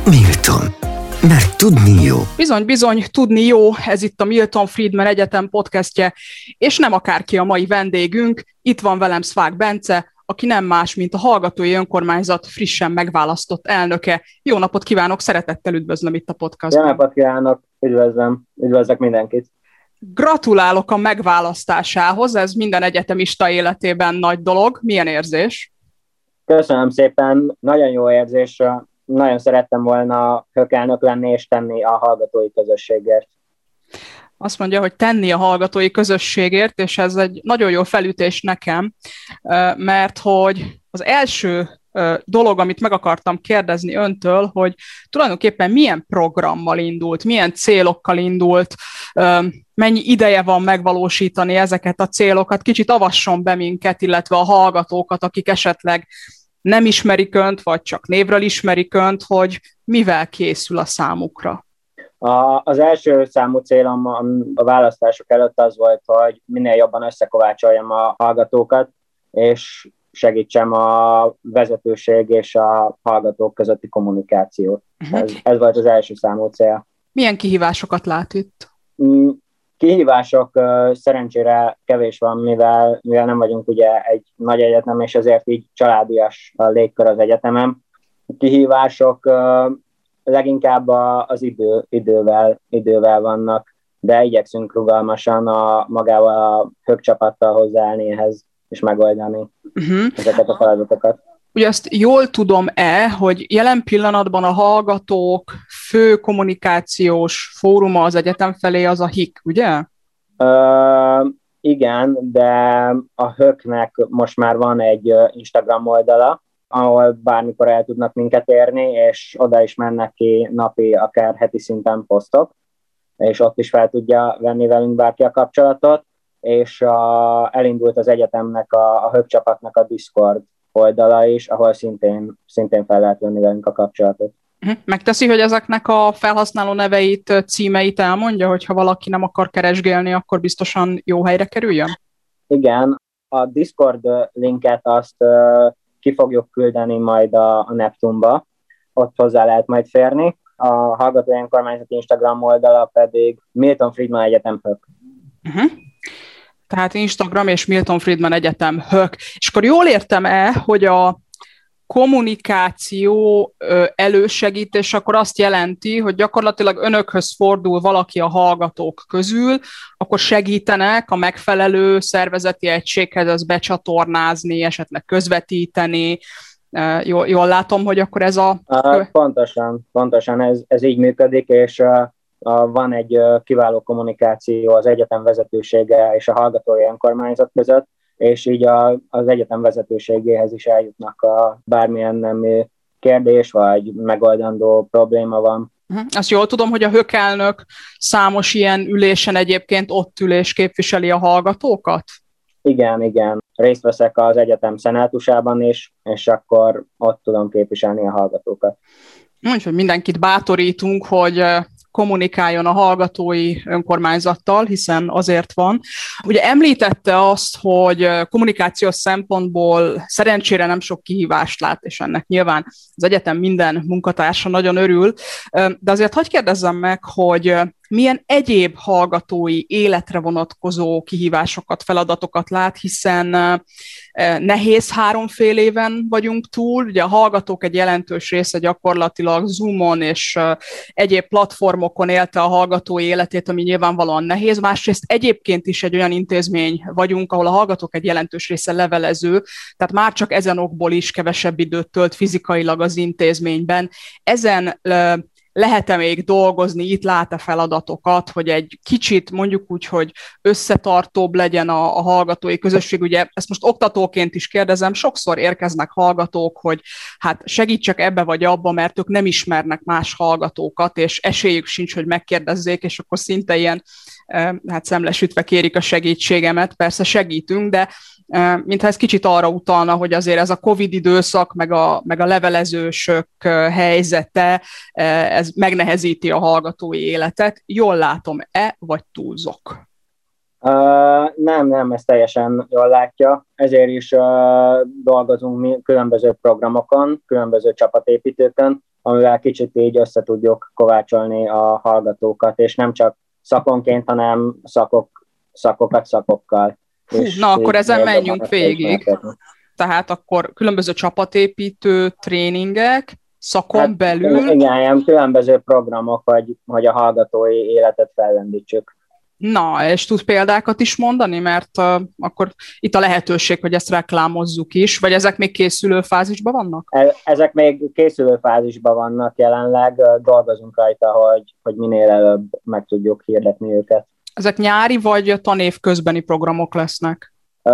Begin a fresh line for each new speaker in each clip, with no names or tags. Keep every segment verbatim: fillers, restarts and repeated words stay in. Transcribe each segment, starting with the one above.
Milton. Mert tudni jó.
Bizony, bizony, tudni jó, ez itt a Milton Friedman Egyetem podcastje, és nem akárki a mai vendégünk, itt van velem Szvág Bence, aki nem más, mint a Hallgatói Önkormányzat frissen megválasztott elnöke. Jó napot kívánok, szeretettel üdvözlöm itt a podcastban.
Jó napot kívánok, üdvözlöm, üdvözlök mindenkit.
Gratulálok a megválasztásához, ez minden egyetemista életében nagy dolog. Milyen érzés?
Köszönöm szépen, nagyon jó érzés. Nagyon szerettem volna hökelnök lenni és tenni a hallgatói közösségért.
Azt mondja, hogy tenni a hallgatói közösségért, és ez egy nagyon jó felütés nekem, mert hogy az első dolog, amit meg akartam kérdezni öntől, hogy tulajdonképpen milyen programmal indult, milyen célokkal indult, mennyi ideje van megvalósítani ezeket a célokat, kicsit avasson be minket, illetve a hallgatókat, akik esetleg nem ismerik önt, vagy csak névről ismerik önt, hogy mivel készül a számukra?
A, az első számú célom a, a választások előtt az volt, hogy minél jobban összekovácsoljam a hallgatókat, és segítsem a vezetőség és a hallgatók közötti kommunikációt. Uh-huh. Ez, ez volt az első számú cél.
Milyen kihívásokat lát itt?
Kihívások szerencsére kevés van, mivel, mivel nem vagyunk ugye egy nagy egyetem, és ezért így családias a légkör az egyetemem. Kihívások leginkább az idő, idővel, idővel vannak, de igyekszünk rugalmasan a, magával a högcsapattal hozzáállni ehhez, és megoldani uh-huh. ezeket a feladatokat.
Ugye azt jól tudom-e, hogy jelen pillanatban a hallgatók fő kommunikációs fóruma az egyetem felé az a há i ká, ugye?
Uh, igen, de a höknek most már van egy Instagram oldala, ahol bármikor el tudnak minket érni, és oda is mennek ki napi, akár heti szinten posztok, és ott is fel tudja venni velünk bárki a kapcsolatot, és a, elindult az egyetemnek, a, a hökcsapatnak a Discord oldala is, ahol szintén, szintén fel lehet venni velünk a kapcsolatot.
Megteszi, hogy ezeknek a felhasználó neveit, címeit elmondja, hogyha valaki nem akar keresgélni, akkor biztosan jó helyre kerüljön?
Igen, a Discord linket azt uh, ki fogjuk küldeni majd a, a Neptunba, ott hozzá lehet majd férni. A Hallgatói Önkormányzati Instagram oldala pedig Milton Friedman Egyetem hök.
Uh-huh. Tehát Instagram és Milton Friedman Egyetem hök. És akkor jól értem-e, hogy a kommunikáció elősegítés akkor azt jelenti, hogy gyakorlatilag önökhöz fordul valaki a hallgatók közül, akkor segítenek a megfelelő szervezeti egységhez ezt becsatornázni, esetleg közvetíteni. Jól, jól látom, hogy akkor ez a...
Pontosan, pontosan ez, ez így működik, és van egy kiváló kommunikáció az egyetem vezetősége és a hallgatói önkormányzat között, és így a, az egyetem vezetőségéhez is eljutnak a bármilyen nemű kérdés, vagy megoldandó probléma van.
Azt jól tudom, hogy a hökelnök számos ilyen ülésen egyébként ott ül és képviseli a hallgatókat?
Igen, igen. Részt veszek az egyetem szenátusában is, és akkor ott tudom képviselni a hallgatókat.
Úgyhogy mindenkit bátorítunk, hogy kommunikáljon a hallgatói önkormányzattal, hiszen azért van. Ugye említette azt, hogy kommunikációs szempontból szerencsére nem sok kihívást lát, és ennek nyilván az egyetem minden munkatársa nagyon örül, de azért hadd kérdezzem meg, hogy milyen egyéb hallgatói életre vonatkozó kihívásokat, feladatokat lát, hiszen nehéz háromfél éven vagyunk túl, ugye a hallgatók egy jelentős része gyakorlatilag Zoomon és egyéb platformokon élte a hallgatói életét, ami nyilvánvalóan nehéz, másrészt egyébként is egy olyan intézmény vagyunk, ahol a hallgatók egy jelentős része levelező, tehát már csak ezen okból is kevesebb időt tölt fizikailag az intézményben. Ezen lehet-e még dolgozni, itt lát-e feladatokat, hogy egy kicsit mondjuk úgy, hogy összetartóbb legyen a, a hallgatói közösség. Ugye ezt most oktatóként is kérdezem, sokszor érkeznek hallgatók, hogy hát segítsek ebbe vagy abba, mert ők nem ismernek más hallgatókat, és esélyük sincs, hogy megkérdezzék, és akkor szinte ilyen hát szemlesütve kérik a segítségemet. Persze segítünk, de mintha ez kicsit arra utalna, hogy azért ez a Covid időszak, meg a, meg a levelezősök helyzete, ez megnehezíti a hallgatói életet. Jól látom-e, vagy túlzok?
Uh, nem, nem, ez teljesen jól látja. Ezért is uh, dolgozunk mi különböző programokon, különböző csapatépítőkön, amivel kicsit így össze tudjuk kovácsolni a hallgatókat, és nem csak szakonként, hanem szakok, szakokat szakokkal.
Hú, na akkor ezen menjünk végig. Tehát akkor különböző csapatépítő tréningek, szakon hát, belül.
Igen, ilyen különböző programok, hogy, hogy a hallgatói életet fellendítsük.
Na, és tudsz példákat is mondani, mert uh, akkor itt a lehetőség, hogy ezt reklámozzuk is, vagy ezek még készülő fázisban vannak?
Ezek még készülő fázisban vannak jelenleg, dolgozunk rajta, hogy, hogy minél előbb meg tudjuk hirdetni őket.
Ezek nyári vagy tanév közbeni programok lesznek?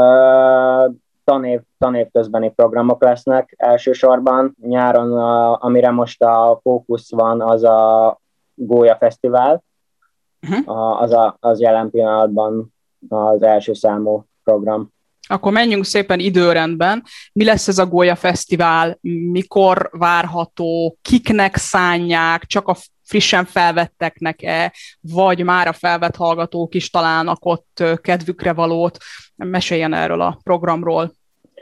Uh, tanév, tanév közbeni programok lesznek elsősorban. Nyáron, a, amire most a fókusz van, az a Gólya Fesztivál. Uh-huh. A, az, a, az jelen pillanatban az első számú program.
Akkor menjünk szépen időrendben. Mi lesz ez a Gólya Fesztivál? Mikor várható? Kiknek szánják? Csak a frissen felvetteknek-e? Vagy már a felvett hallgatók is találnak ott kedvükre valót? Meséljen erről a programról.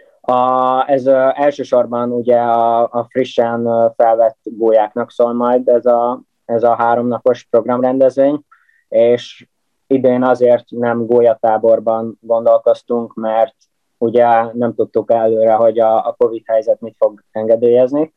A, ez a, elsősorban ugye a, a frissen felvett gólyáknak szól majd ez a, ez a háromnapos programrendezvény, és idén azért nem gólyatáborban gondolkoztunk, mert ugye nem tudtuk előre, hogy a, a Covid helyzet mit fog engedélyezni,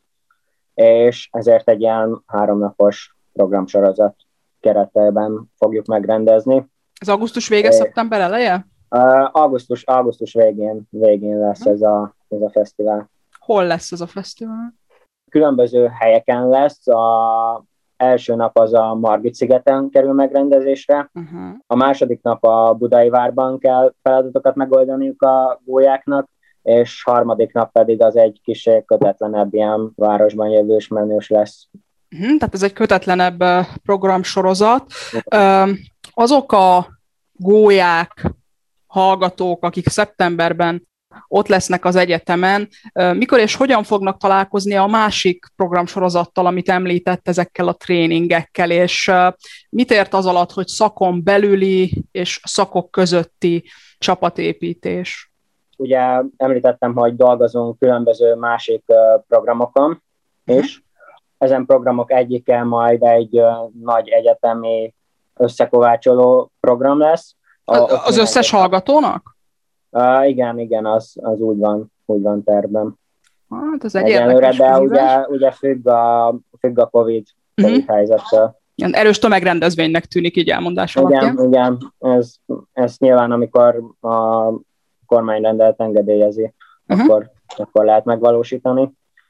és ezért egy ilyen háromnapos programsorozat keretében fogjuk megrendezni.
Ez augusztus vége, é, szeptember eleje?
Uh, augusztus, augusztus végén, végén lesz ez a, ez a fesztivál.
Hol lesz ez a fesztivál?
Különböző helyeken lesz. A első nap az a Margit-szigeten kerül megrendezésre. Uh-huh. A második nap a Budai Várban kell feladatokat megoldaniuk a gólyáknak, és harmadik nap pedig az egy kicsit kötetlenebb ilyen városban jövős menős lesz.
Uh-huh, tehát ez egy kötetlenebb programsorozat. Uh, azok a gólyák, hallgatók, akik szeptemberben ott lesznek az egyetemen, mikor és hogyan fognak találkozni a másik programsorozattal, amit említett, ezekkel a tréningekkel, és mit ért az alatt, hogy szakon belüli és szakok közötti csapatépítés?
Ugye említettem, hogy dolgozunk különböző másik programokon, és hmm. ezen programok egyike majd egy nagy egyetemi összekovácsoló program lesz.
A, az összes hallgatónak?
Uh, igen, igen, az, az úgy van, úgy van tervben.
Hát ez egy érdekes
de ugye, ugye függ a, függ a Covid, uh-huh. COVID helyzettől.
Ilyen erős tömegrendezvénynek tűnik így elmondás
alapján.
Igen,
igen, ez, ez nyilván, amikor a kormányrendelet engedélyezi, uh-huh. akkor, akkor lehet megvalósítani.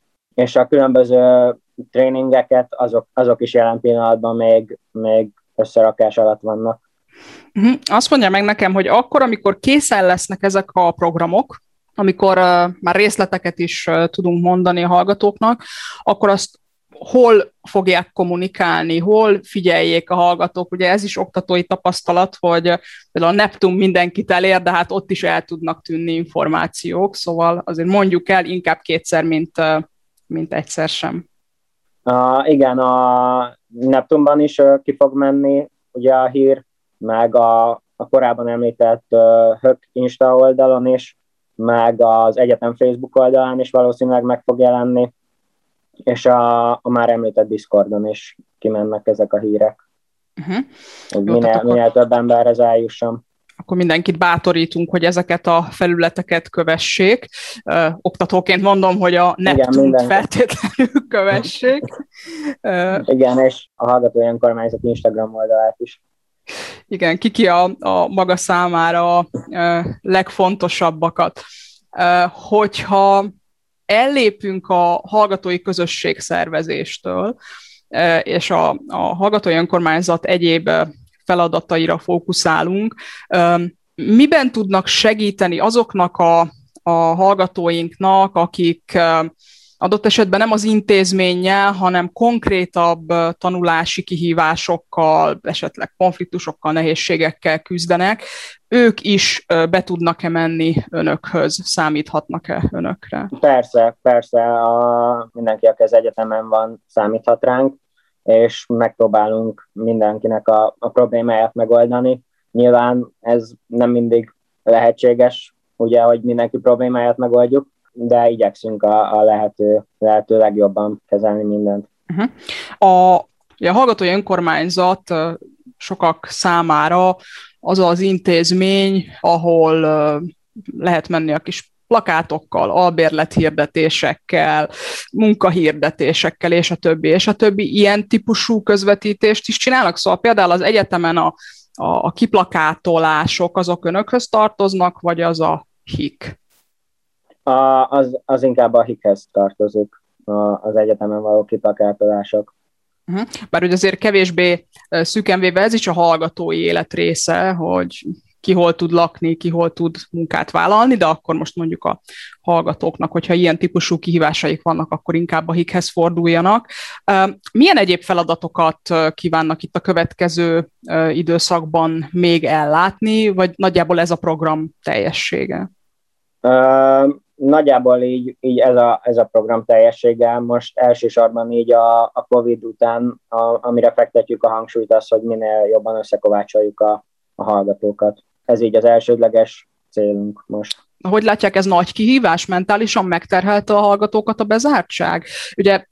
És a különböző tréningeket, azok, azok is jelen pillanatban még, még összerakás alatt vannak.
Uh-huh. Azt mondja meg nekem, hogy akkor, amikor készen lesznek ezek a programok, amikor uh, már részleteket is uh, tudunk mondani a hallgatóknak, akkor azt hol fogják kommunikálni, hol figyeljék a hallgatók. Ugye ez is oktatói tapasztalat, hogy uh, például a Neptun mindenkit elér, de hát ott is el tudnak tűnni információk, szóval azért mondjuk el inkább kétszer, mint, uh, mint egyszer sem.
Uh, igen, a Neptunban is uh, ki fog menni ugye a hír, meg a, a korábban említett uh, Hök Insta oldalon is, meg az egyetem Facebook oldalán is valószínűleg meg fog jelenni, és a, a már említett Discordon is kimennek ezek a hírek. Uh-huh. Hogy Jó, minél, akkor... minél több emberhez eljusson.
Akkor mindenkit bátorítunk, hogy ezeket a felületeket kövessék. Uh, oktatóként mondom, hogy a Neptunt feltétlenül kövessék.
Uh, Igen, és a Hallgatói Önkormányzat Instagram oldalát is.
Igen, kiki a, a maga számára a legfontosabbakat. Hogyha ellépünk a hallgatói közösség szervezéstől, és a, a Hallgatói Önkormányzat egyéb feladataira fókuszálunk, miben tudnak segíteni azoknak a, a hallgatóinknak, akik adott esetben nem az intézménnyel, hanem konkrétabb tanulási kihívásokkal, esetleg konfliktusokkal, nehézségekkel küzdenek, ők is be tudnak-e menni önökhöz, számíthatnak-e önökre?
Persze, persze, a, mindenki, aki az egyetemen van, számíthat ránk, és megpróbálunk mindenkinek a, a problémáját megoldani. Nyilván ez nem mindig lehetséges, ugye, hogy mindenki problémáját megoldjuk, de igyekszünk a, a lehető, lehető legjobban kezelni mindent.
Uh-huh. A, a hallgatói önkormányzat sokak számára az az intézmény, ahol lehet menni a kis plakátokkal, albérlethirdetésekkel, munkahirdetésekkel, és a többi, és a többi ilyen típusú közvetítést is csinálnak. Szóval például az egyetemen a, a, a kiplakátolások, azok önökhöz tartoznak, vagy az a hik?
A, az, az inkább a hikhez tartozik, a, az egyetemen való kiplakátolások.
Uh-huh. Bár ugye azért kevésbé szűken véve ez is a hallgatói élet része, hogy ki hol tud lakni, ki hol tud munkát vállalni, de akkor most mondjuk a hallgatóknak, hogyha ilyen típusú kihívásaik vannak, akkor inkább a hikhez forduljanak. Milyen egyéb feladatokat kívánnak itt a következő időszakban még ellátni, vagy nagyjából ez a program teljessége?
Uh, nagyjából így, így ez, a, ez a program teljessége. Most elsősorban így a, a Covid után, a, amire fektetjük a hangsúlyt, az, hogy minél jobban összekovácsoljuk a, a hallgatókat. Ez így az elsődleges célunk most.
Hogy látják, ez nagy kihívás? Mentálisan megterhelte a hallgatókat a bezártság? Ugye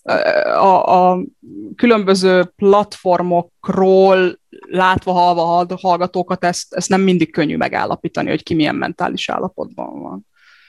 a, a különböző platformokról látva, halva hallgatókat, ezt, ezt nem mindig könnyű megállapítani, hogy ki milyen mentális állapotban van.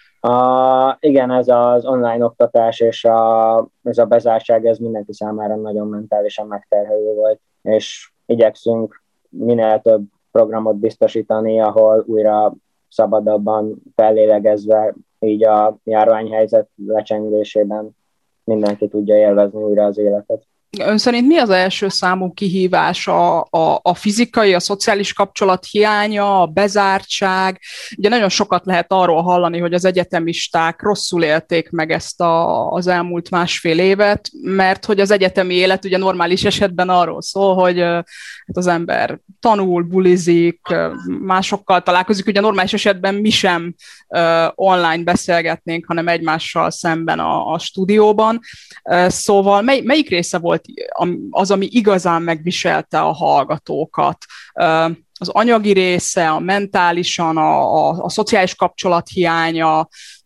A, igen, ez az online oktatás és a, ez a bezártság, ez mindenki számára nagyon mentálisan megterhelő volt, és igyekszünk minél több programot biztosítani, ahol újra szabadabban fellélegezve, így a járványhelyzet lecsengésében mindenki tudja élvezni újra az életet.
Ön szerint mi az első számú kihívás? A, a, a fizikai, a szociális kapcsolat hiánya, a bezártság? Ugye nagyon sokat lehet arról hallani, hogy az egyetemisták rosszul élték meg ezt a, az elmúlt másfél évet, mert hogy az egyetemi élet ugye normális esetben arról szól, hogy hát az ember tanul, bulizik, másokkal találkozik. Ugye normális esetben mi sem uh, online beszélgetnénk, hanem egymással szemben a, a stúdióban. Uh, szóval mely, melyik része volt az, ami igazán megviselte a hallgatókat? Az anyagi része, a mentálisan, a, a, a szociális kapcsolat hiánya,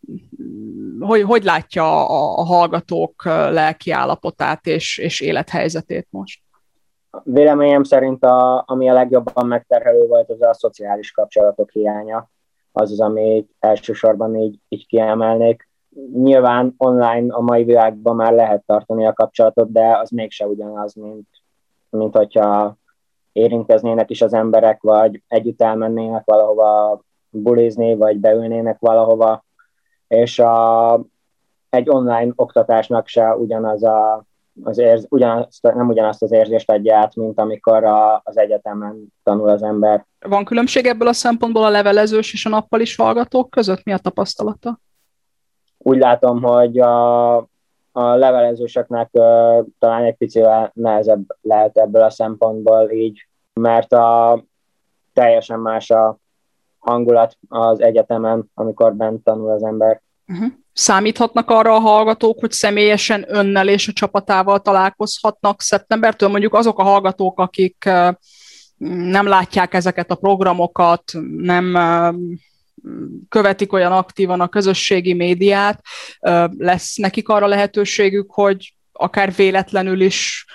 hogy, hogy látja a, a hallgatók lelki állapotát és, és élethelyzetét most?
Véleményem szerint a, ami a legjobban megterhelő volt, az a szociális kapcsolatok hiánya. Az az, amit elsősorban így, így kiemelnék. Nyilván online a mai világban már lehet tartani a kapcsolatot, de az mégse ugyanaz, mint, mint hogyha érintkeznének is az emberek, vagy együtt elmennének valahova bulizni, vagy beülnének valahova, és a, egy online oktatásnak se ugyanaz a, az érz, ugyanazt, nem ugyanazt az érzést adja át, mint amikor a, az egyetemen tanul az ember.
Van különbség ebből a szempontból a levelezős és a nappalis hallgatók között? Mi a tapasztalata?
Úgy látom, hogy a, a levelezőseknek uh, talán egy picivel nehezebb lehet ebből a szempontból így, mert a, teljesen más a hangulat az egyetemen, amikor bent tanul az ember.
Uh-huh. Számíthatnak arra a hallgatók, hogy személyesen önnel és a csapatával találkozhatnak szeptembertől? Mondjuk azok a hallgatók, akik uh, nem látják ezeket a programokat, nem... Uh, követik olyan aktívan a közösségi médiát, lesz nekik arra lehetőségük, hogy akár véletlenül is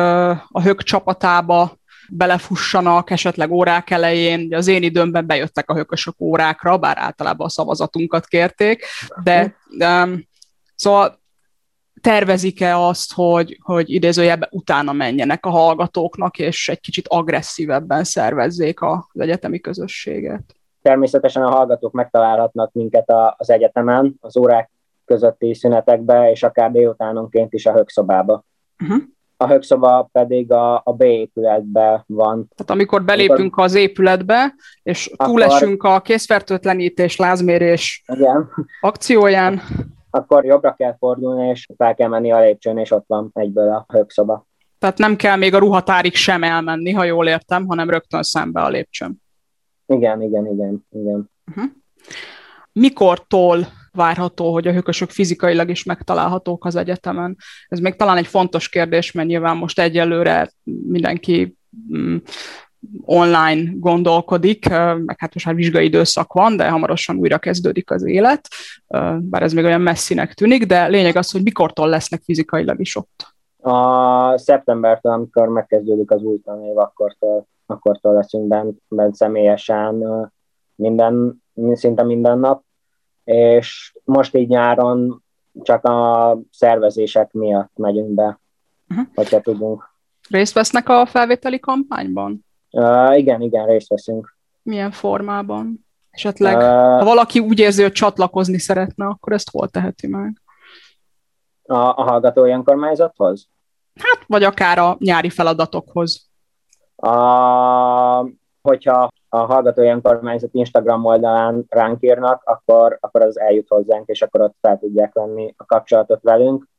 a Hök csapatába belefussanak, esetleg órák elején. Az én időmben bejöttek a hökösök órákra, bár általában a szavazatunkat kérték, de um, szóval tervezik-e azt, hogy, hogy idézőjelben utána menjenek a hallgatóknak, és egy kicsit agresszívebben szervezzék az egyetemi közösséget?
Természetesen a hallgatók megtalálhatnak minket az egyetemen, az órák közötti szünetekbe, és akár délutánonként is a Hökszobába. Uh-huh. A Hökszoba pedig a, a B épületben van.
Tehát amikor belépünk amikor... az épületbe, és túlesünk akkor... a készfertőtlenítés, lázmérés igen. akcióján,
akkor jobbra kell fordulni, és fel kell menni a lépcsőn, és ott van egyből a Hökszoba.
Tehát nem kell még a ruhatárig sem elmenni, ha jól értem, hanem rögtön szembe a lépcsőn.
Igen, igen, igen, igen.
Uh-huh. Mikortól várható, hogy a hökösök fizikailag is megtalálhatók az egyetemen? Ez még talán egy fontos kérdés, mert nyilván most egyelőre mindenki mm, online gondolkodik, meg hát most már vizsgai időszak van, de hamarosan újra kezdődik az élet, bár ez még olyan messzinek tűnik, de lényeg az, hogy mikortól lesznek fizikailag is ott.
A szeptembertől, amikor megkezdődik az új tanév, akkortól, akkortól leszünk bent, bent személyesen minden, szinte minden nap, és most így nyáron csak a szervezések miatt megyünk be, uh-huh. hogyha tudunk.
Részt vesznek a felvételi kampányban?
Uh, igen, igen, részt veszünk.
Milyen formában? Esetleg, uh, ha valaki úgy érzi, hogy csatlakozni szeretne, akkor ezt hol teheti meg?
A, a hallgatói önkormányzathoz?
Hát, vagy akár a nyári feladatokhoz.
A, hogyha a hallgatói önkormányzat Instagram oldalán ránk írnak, akkor, akkor az eljut hozzánk, és akkor ott fel tudják venni a kapcsolatot velünk.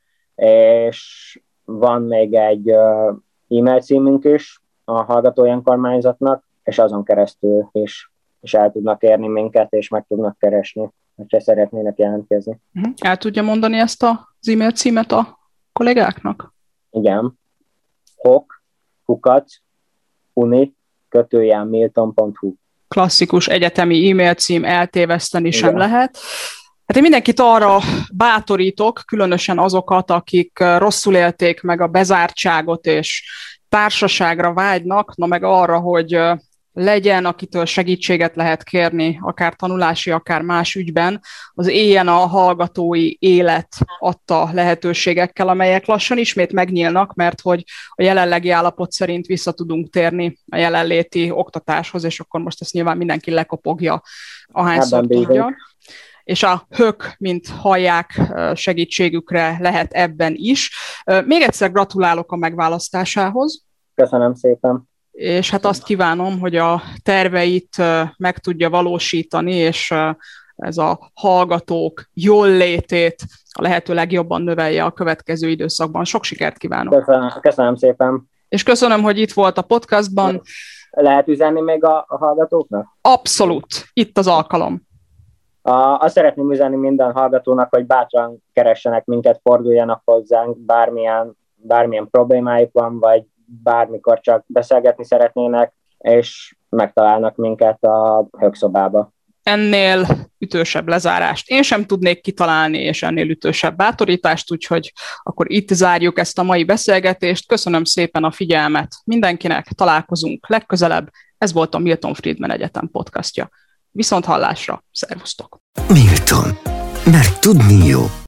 És van még egy uh, e-mail címünk is a hallgatói önkormányzatnak, és azon keresztül is, is el tudnak érni minket, és meg tudnak keresni, hogyha szeretnének jelentkezni.
El tudja mondani ezt az e-mail címet a kollégáknak?
Igen. hok, kukac, uni, kötőjel milton pont hu.
Klasszikus egyetemi e-mail cím, eltéveszteni sem Igen. lehet. Hát én mindenkit arra bátorítok, különösen azokat, akik rosszul élték meg a bezártságot és társaságra vágynak, na meg arra, hogy legyen, akitől segítséget lehet kérni, akár tanulási, akár más ügyben, az éljen a hallgatói élet adta lehetőségekkel, amelyek lassan ismét megnyílnak, mert hogy a jelenlegi állapot szerint vissza tudunk térni a jelenléti oktatáshoz, és akkor most ezt nyilván mindenki lekopogja, ahányszor tudja. És a hök, mint hallják, segítségükre lehet ebben is. Még egyszer gratulálok a megválasztásához.
Köszönöm szépen.
És hát azt kívánom, hogy a terveit meg tudja valósítani, és ez a hallgatók jól létét a lehető legjobban növelje a következő időszakban. Sok sikert kívánok!
Köszönöm, köszönöm szépen!
És köszönöm, hogy itt volt a podcastban.
Lehet üzenni még a, a hallgatóknak?
Abszolút! Itt az alkalom.
A, azt szeretném üzenni minden hallgatónak, hogy bátran keressenek minket, forduljanak hozzánk, bármilyen, bármilyen problémájuk van, vagy bármikor csak beszélgetni szeretnének, és megtalálnak minket a högszobába.
Ennél ütősebb lezárást én sem tudnék kitalálni, és ennél ütősebb bátorítást, úgyhogy akkor itt zárjuk ezt a mai beszélgetést. Köszönöm szépen a figyelmet mindenkinek, találkozunk legközelebb. Ez volt a Milton Friedman Egyetem podcastja. Viszont hallásra, szervusztok!
Milton, mert tudni jó.